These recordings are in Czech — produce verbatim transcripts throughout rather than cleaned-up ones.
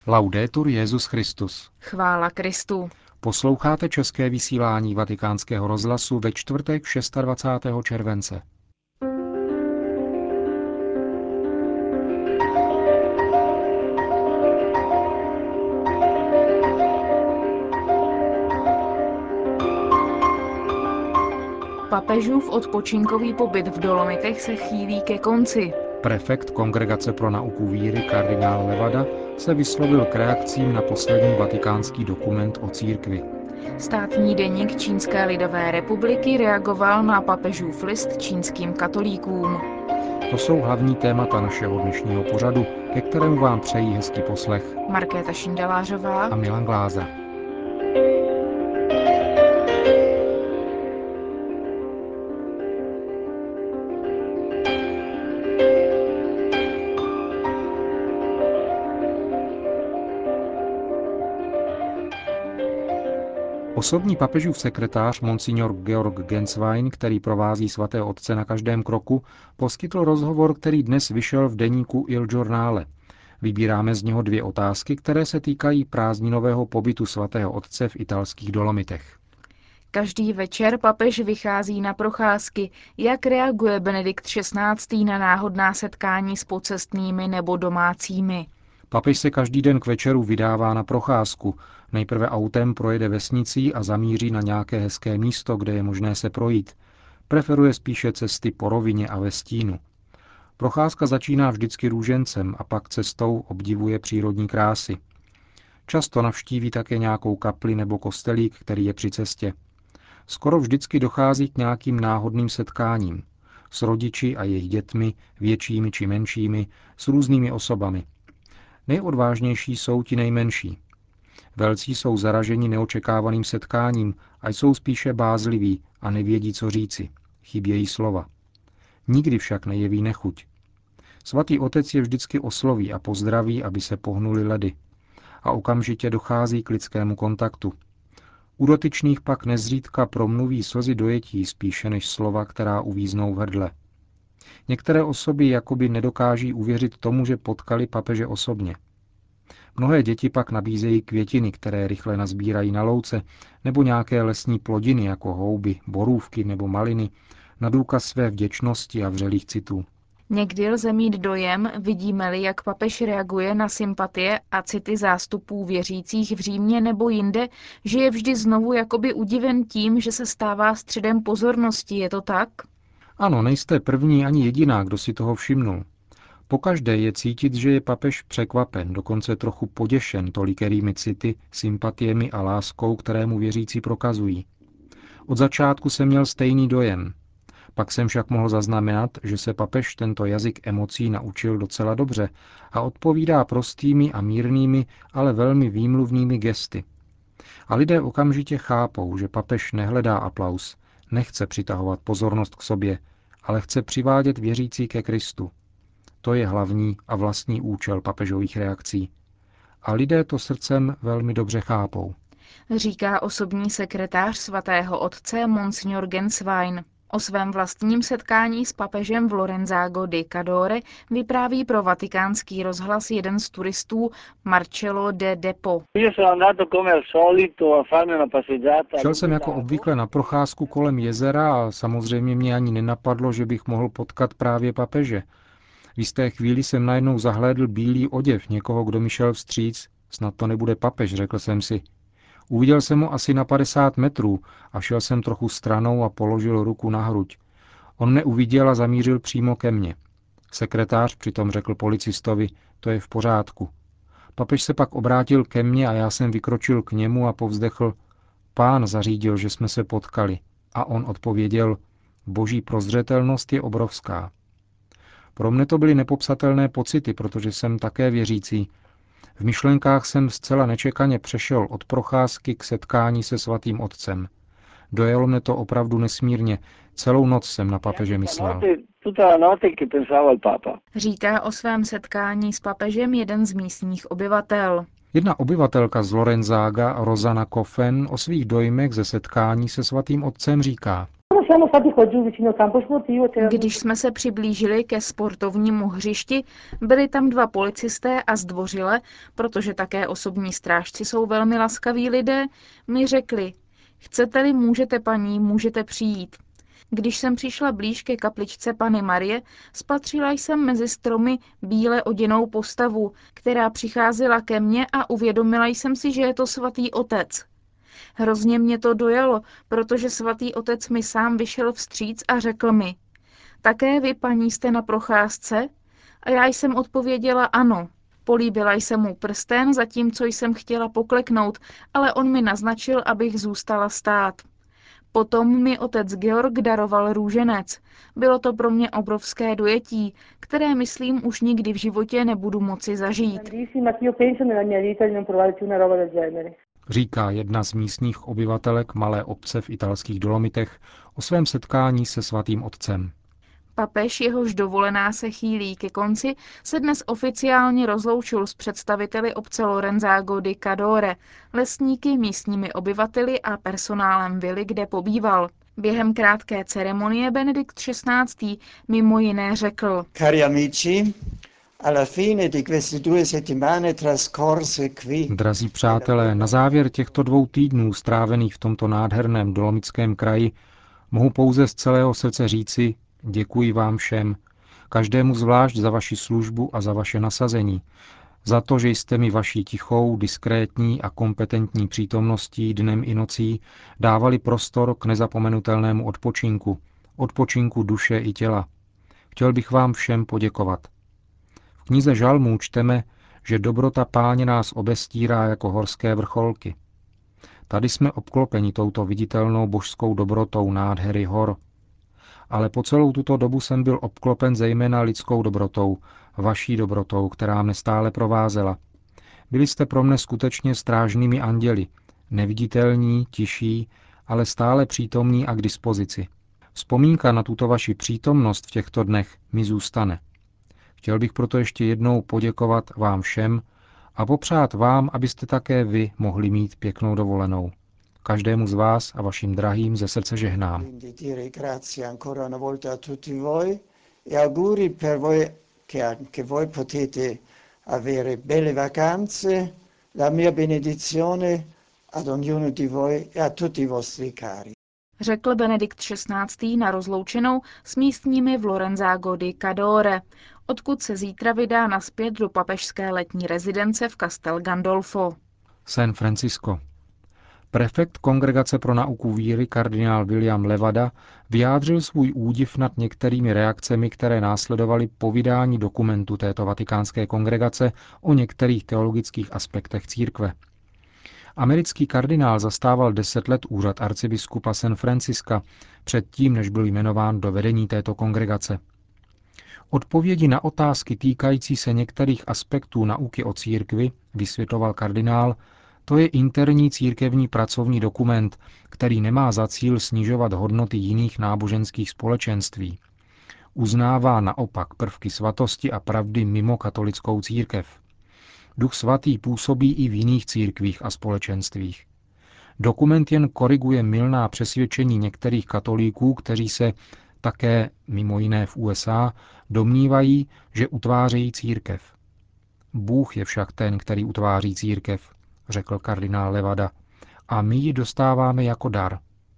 Laudetur Jesus Christus. Chvála Kristu. Posloucháte české vysílání Vatikánského rozhlasu ve čtvrtek dvacátého šestého července. Papežův odpočinkový pobyt v Dolomitech se chýlí ke konci. Prefekt Kongregace pro nauku víry kardinál Levada se vyslovil k reakcím na poslední vatikánský dokument o církvi. Státní deník Čínské lidové republiky reagoval na papežův list čínským katolíkům. To jsou hlavní témata našeho dnešního pořadu, ke kterému vám přejí hezký poslech Markéta Šindelářová a Milan Gláza. Osobní papežův sekretář monsignor Georg Genswein, který provází svatého otce na každém kroku, poskytl rozhovor, který dnes vyšel v deníku Il Giornale. Vybíráme z něho dvě otázky, které se týkají prázdninového pobytu svatého otce v italských Dolomitech. Každý večer papež vychází na procházky. Jak reaguje Benedikt šestnáctý na náhodná setkání s pocestnými nebo domácími? Papež se každý den k večeru vydává na procházku. Nejprve autem projede vesnicí a zamíří na nějaké hezké místo, kde je možné se projít. Preferuje spíše cesty po rovině a ve stínu. Procházka začíná vždycky růžencem a pak cestou obdivuje přírodní krásy. Často navštíví také nějakou kapli nebo kostelík, který je při cestě. Skoro vždycky dochází k nějakým náhodným setkáním. S rodiči a jejich dětmi, většími či menšími, s různými osobami. Nejodvážnější jsou ti nejmenší. Velcí jsou zaraženi neočekávaným setkáním a jsou spíše bázliví a nevědí, co říci. Chybějí slova. Nikdy však nejeví nechuť. Svatý otec je vždycky osloví a pozdraví, aby se pohnuly ledy. A okamžitě dochází k lidskému kontaktu. U dotyčných pak nezřídka promluví slzy dojetí spíše než slova, která uvíznou v hrdle. Některé osoby jakoby nedokáží uvěřit tomu, že potkali papeže osobně. Mnohé děti pak nabízejí květiny, které rychle nazbírají na louce, nebo nějaké lesní plodiny jako houby, borůvky nebo maliny, na důkaz své vděčnosti a vřelých citů. Někdy lze mít dojem, vidíme-li, jak papež reaguje na sympatie a city zástupů věřících v Římě nebo jinde, že je vždy znovu jakoby udiven tím, že se stává středem pozornosti. Je to tak? Ano, nejste první ani jediná, kdo si toho všimnul. Pokaždé je cítit, že je papež překvapen, dokonce trochu poděšen tolikerými city, sympatiemi a láskou, které mu věřící prokazují. Od začátku jsem měl stejný dojem. Pak jsem však mohl zaznamenat, že se papež tento jazyk emocí naučil docela dobře a odpovídá prostými a mírnými, ale velmi výmluvnými gesty. A lidé okamžitě chápou, že papež nehledá aplaus, nechce přitahovat pozornost k sobě, ale chce přivádět věřící ke Kristu. To je hlavní a vlastní účel papežových reakcí. A lidé to srdcem velmi dobře chápou. Říká osobní sekretář svatého otce monsignor Genswein. O svém vlastním setkání s papežem v Lorenzago di Cadore vypráví pro vatikánský rozhlas jeden z turistů Marcello de Depo. Šel jsem jako obvykle na procházku kolem jezera a samozřejmě mě ani nenapadlo, že bych mohl potkat právě papeže. V jisté chvíli jsem najednou zahlédl bílý oděv někoho, kdo mi šel vstříc. Snad to nebude papež, řekl jsem si. Uviděl jsem ho asi na padesát metrů a šel jsem trochu stranou a položil ruku na hruď. On mne uviděl a zamířil přímo ke mně. Sekretář přitom řekl policistovi, to je v pořádku. Papež se pak obrátil ke mně a já jsem vykročil k němu a povzdechl, Pán zařídil, že jsme se potkali. A on odpověděl, boží prozřetelnost je obrovská. Pro mne to byly nepopsatelné pocity, protože jsem také věřící. V myšlenkách jsem zcela nečekaně přešel od procházky k setkání se svatým otcem. Dojelo mne to opravdu nesmírně. Celou noc jsem na papeže myslel. Říká o svém setkání s papežem jeden z místních obyvatel. Jedna obyvatelka z Lorenzaga, Rosana Kofen, o svých dojmech ze setkání se svatým otcem říká. Když jsme se přiblížili ke sportovnímu hřišti, byli tam dva policisté a zdvořile, protože také osobní strážci jsou velmi laskaví lidé, mi řekli, chcete-li, můžete paní, můžete přijít. Když jsem přišla blíž ke kapličce Panny Marie, spatřila jsem mezi stromy bíle oděnou postavu, která přicházela ke mně a uvědomila jsem si, že je to svatý otec. Hrozně mě to dojalo, protože svatý otec mi sám vyšel vstříc a řekl mi, také vy, paní, jste na procházce? A já jsem odpověděla ano. Políbila jsem mu prsten, zatímco jsem chtěla pokleknout, ale on mi naznačil, abych zůstala stát. Potom mi otec Georg daroval růženec. Bylo to pro mě obrovské dojetí, které, myslím, už nikdy v životě nebudu moci zažít. Říká jedna z místních obyvatelek malé obce v italských Dolomitech o svém setkání se svatým otcem. Papež, jehož dovolená se chýlí ke konci, se dnes oficiálně rozloučil s představiteli obce Lorenzago di Cadore, lesníky, místními obyvateli a personálem vily, kde pobýval. Během krátké ceremonie Benedikt šestnáctý mimo jiné řekl: Cari amici, alla fine di queste due settimane trascorse qui. Drazí přátelé, na závěr těchto dvou týdnů strávených v tomto nádherném dolomitském kraji mohu pouze z celého srdce říci, děkuji vám všem, každému zvlášť za vaši službu a za vaše nasazení, za to, že jste mi vaší tichou, diskrétní a kompetentní přítomností dnem i nocí dávali prostor k nezapomenutelnému odpočinku, odpočinku duše i těla. Chtěl bych vám všem poděkovat. V knize Žalmů čteme, že dobrota Páně nás obestírá jako horské vrcholky. Tady jsme obklopeni touto viditelnou božskou dobrotou nádhery hor. Ale po celou tuto dobu jsem byl obklopen zejména lidskou dobrotou, vaší dobrotou, která mne stále provázela. Byli jste pro mne skutečně strážnými anděli, neviditelní, tiší, ale stále přítomní a k dispozici. Vzpomínka na tuto vaši přítomnost v těchto dnech mi zůstane. Chtěl bych proto ještě jednou poděkovat vám všem a popřát vám, abyste také vy mohli mít pěknou dovolenou. Každému z vás a vašim drahým ze srdce žehnám. Řekl Benedikt šestnáctý na rozloučenou s místními v Lorenzago di Cadore, odkud se zítra vydá nazpět do papežské letní rezidence v Castel Gandolfo. San Francisco. Prefekt Kongregace pro nauku víry kardinál William Levada vyjádřil svůj údiv nad některými reakcemi, které následovaly po vydání dokumentu této vatikánské kongregace o některých teologických aspektech církve. Americký kardinál zastával deset let úřad arcibiskupa San Francisca předtím, než byl jmenován do vedení této kongregace. Odpovědi na otázky týkající se některých aspektů nauky o církvi, vysvětloval kardinál, to je interní církevní pracovní dokument, který nemá za cíl snižovat hodnoty jiných náboženských společenství. Uznává naopak prvky svatosti a pravdy mimo katolickou církev. Duch svatý působí i v jiných církvích a společenstvích. Dokument jen koriguje mylná přesvědčení některých katolíků, kteří se také, mimo jiné v U S A, domnívají, že utvářejí církev. Bůh je však ten, který utváří církev, řekl kardinál Levada, a my ji dostáváme jako dar.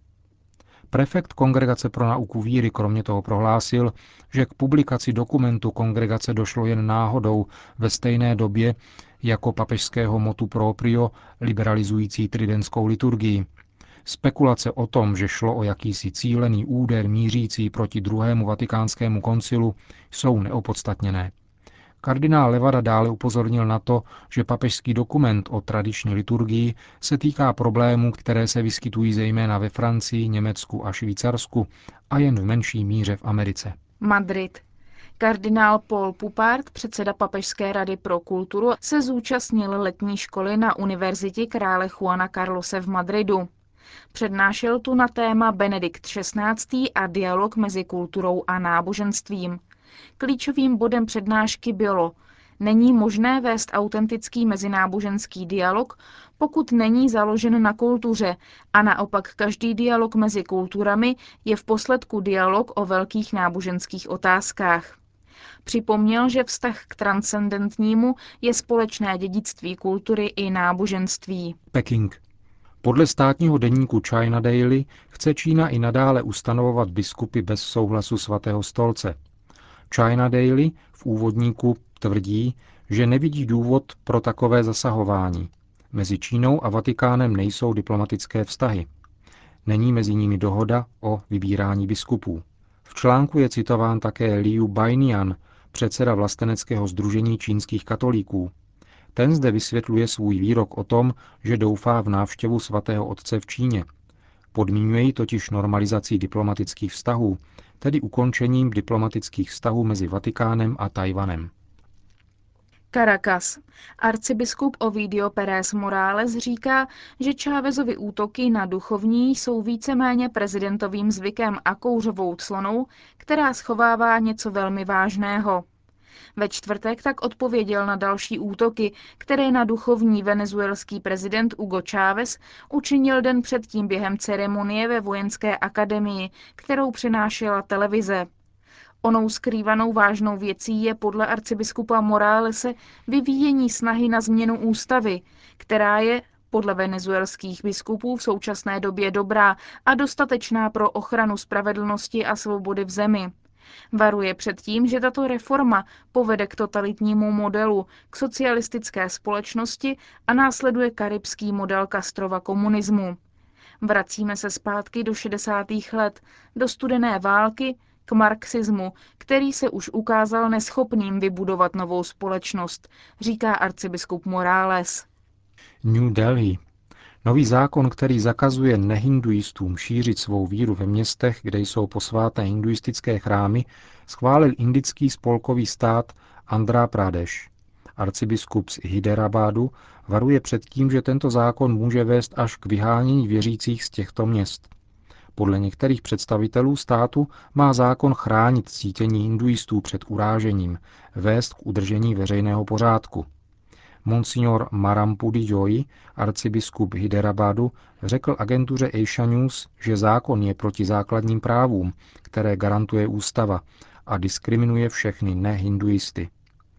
Prefekt Kongregace pro nauku víry kromě toho prohlásil, že k publikaci dokumentu kongregace došlo jen náhodou ve stejné době jako papežského motu proprio liberalizující tridentskou liturgii. Spekulace o tom, že šlo o jakýsi cílený úder mířící proti druhému vatikánskému koncilu, jsou neopodstatněné. Kardinál Levada dále upozornil na to, že papežský dokument o tradiční liturgii se týká problémů, které se vyskytují zejména ve Francii, Německu a Švýcarsku a jen v menší míře v Americe. Madrid. Kardinál Paul Pupart, předseda Papežské rady pro kulturu, se zúčastnil letní školy na Univerzitě krále Juana Carlose v Madridu. Přednášel tu na téma Benedikt šestnáctý a dialog mezi kulturou a náboženstvím. Klíčovým bodem přednášky bylo: Není možné vést autentický mezináboženský dialog, pokud není založen na kultuře, a naopak každý dialog mezi kulturami je v posledku dialog o velkých náboženských otázkách. Připomněl, že vztah k transcendentnímu je společné dědictví kultury i náboženství. Peking. Podle státního deníku China Daily chce Čína i nadále ustanovovat biskupy bez souhlasu Svatého stolce. China Daily v úvodníku tvrdí, že nevidí důvod pro takové zasahování. Mezi Čínou a Vatikánem nejsou diplomatické vztahy. Není mezi nimi dohoda o vybírání biskupů. V článku je citován také Liu Bainian, předseda vlasteneckého sdružení čínských katolíků. Ten zde vysvětluje svůj výrok o tom, že doufá v návštěvu svatého otce v Číně. Podmiňuje ji totiž normalizací diplomatických vztahů, tedy ukončením diplomatických vztahů mezi Vatikánem a Tajvanem. Caracas. Arcibiskup Ovidio Pérez Morales říká, že Chávezovy útoky na duchovní jsou víceméně prezidentovým zvykem a kouřovou clonou, která schovává něco velmi vážného. Ve čtvrtek tak odpověděl na další útoky, které na duchovní venezuelský prezident Hugo Chávez učinil den předtím během ceremonie ve vojenské akademii, kterou přenášela televize. Onou skrývanou vážnou věcí je podle arcibiskupa Moralese vyvíjení snahy na změnu ústavy, která je podle venezuelských biskupů v současné době dobrá a dostatečná pro ochranu spravedlnosti a svobody v zemi. Varuje před tím, že tato reforma povede k totalitnímu modelu, k socialistické společnosti a následuje karibský model Castrova komunismu. Vracíme se zpátky do šedesátých let, do studené války, k marxismu, který se už ukázal neschopným vybudovat novou společnost, říká arcibiskup Morales. New Delhi. Nový zákon, který zakazuje nehinduistům šířit svou víru ve městech, kde jsou posváté hinduistické chrámy, schválil indický spolkový stát Andhra Pradesh. Arcibiskup z Hyderabadu varuje před tím, že tento zákon může vést až k vyhánění věřících z těchto měst. Podle některých představitelů státu má zákon chránit cítění hinduistů před urážením, vést k udržení veřejného pořádku. Monsignor Marampudi Joy, arcibiskup Hyderabadu, řekl agentuře Asia News, že zákon je proti základním právům, které garantuje ústava, a diskriminuje všechny nehinduisty.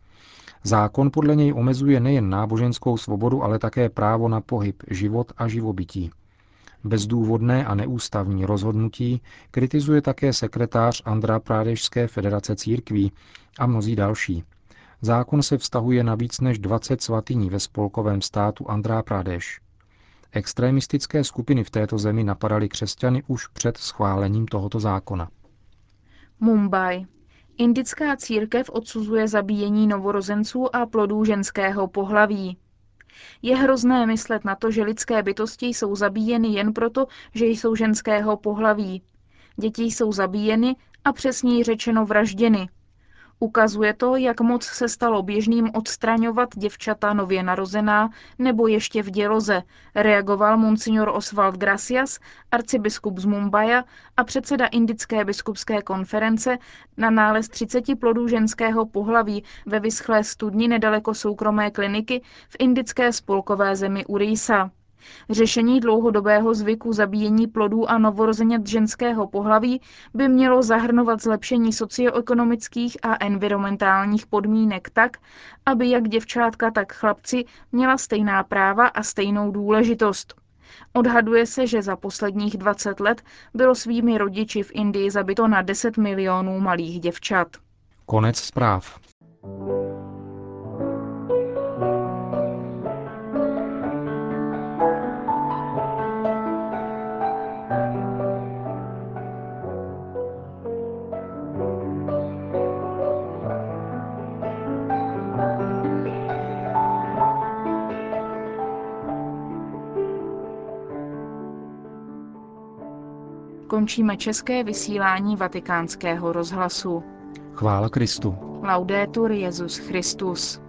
Zákon podle něj omezuje nejen náboženskou svobodu, ale také právo na pohyb, život a živobytí. Bezdůvodné a neústavní rozhodnutí kritizuje také sekretář Andhra Pradešské federace církví a mnozí další. Zákon se vztahuje na víc než dvacet svatyní ve spolkovém státu Andhra Pradesh. Extremistické skupiny v této zemi napadaly křesťany už před schválením tohoto zákona. Mumbai. Indická církev odsuzuje zabíjení novorozenců a plodů ženského pohlaví. Je hrozné myslet na to, že lidské bytosti jsou zabíjeny jen proto, že jsou ženského pohlaví. Děti jsou zabíjeny a přesněji řečeno vražděny. Ukazuje to, jak moc se stalo běžným odstraňovat děvčata nově narozená nebo ještě v děloze, reagoval monsignor Oswald Gracias, arcibiskup z Mumbaja a předseda Indické biskupské konference na nález třiceti plodů ženského pohlaví ve vyschlé studni nedaleko soukromé kliniky v indické spolkové zemi Urísa. Řešení dlouhodobého zvyku zabíjení plodů a novorozenět ženského pohlaví by mělo zahrnovat zlepšení socioekonomických a environmentálních podmínek tak, aby jak děvčátka, tak chlapci měla stejná práva a stejnou důležitost. Odhaduje se, že za posledních dvacet let bylo svými rodiči v Indii zabito na deset milionů malých děvčat. Konec zpráv. Končíme české vysílání Vatikánského rozhlasu. Chvála Kristu. Laudetur Jesus Christus.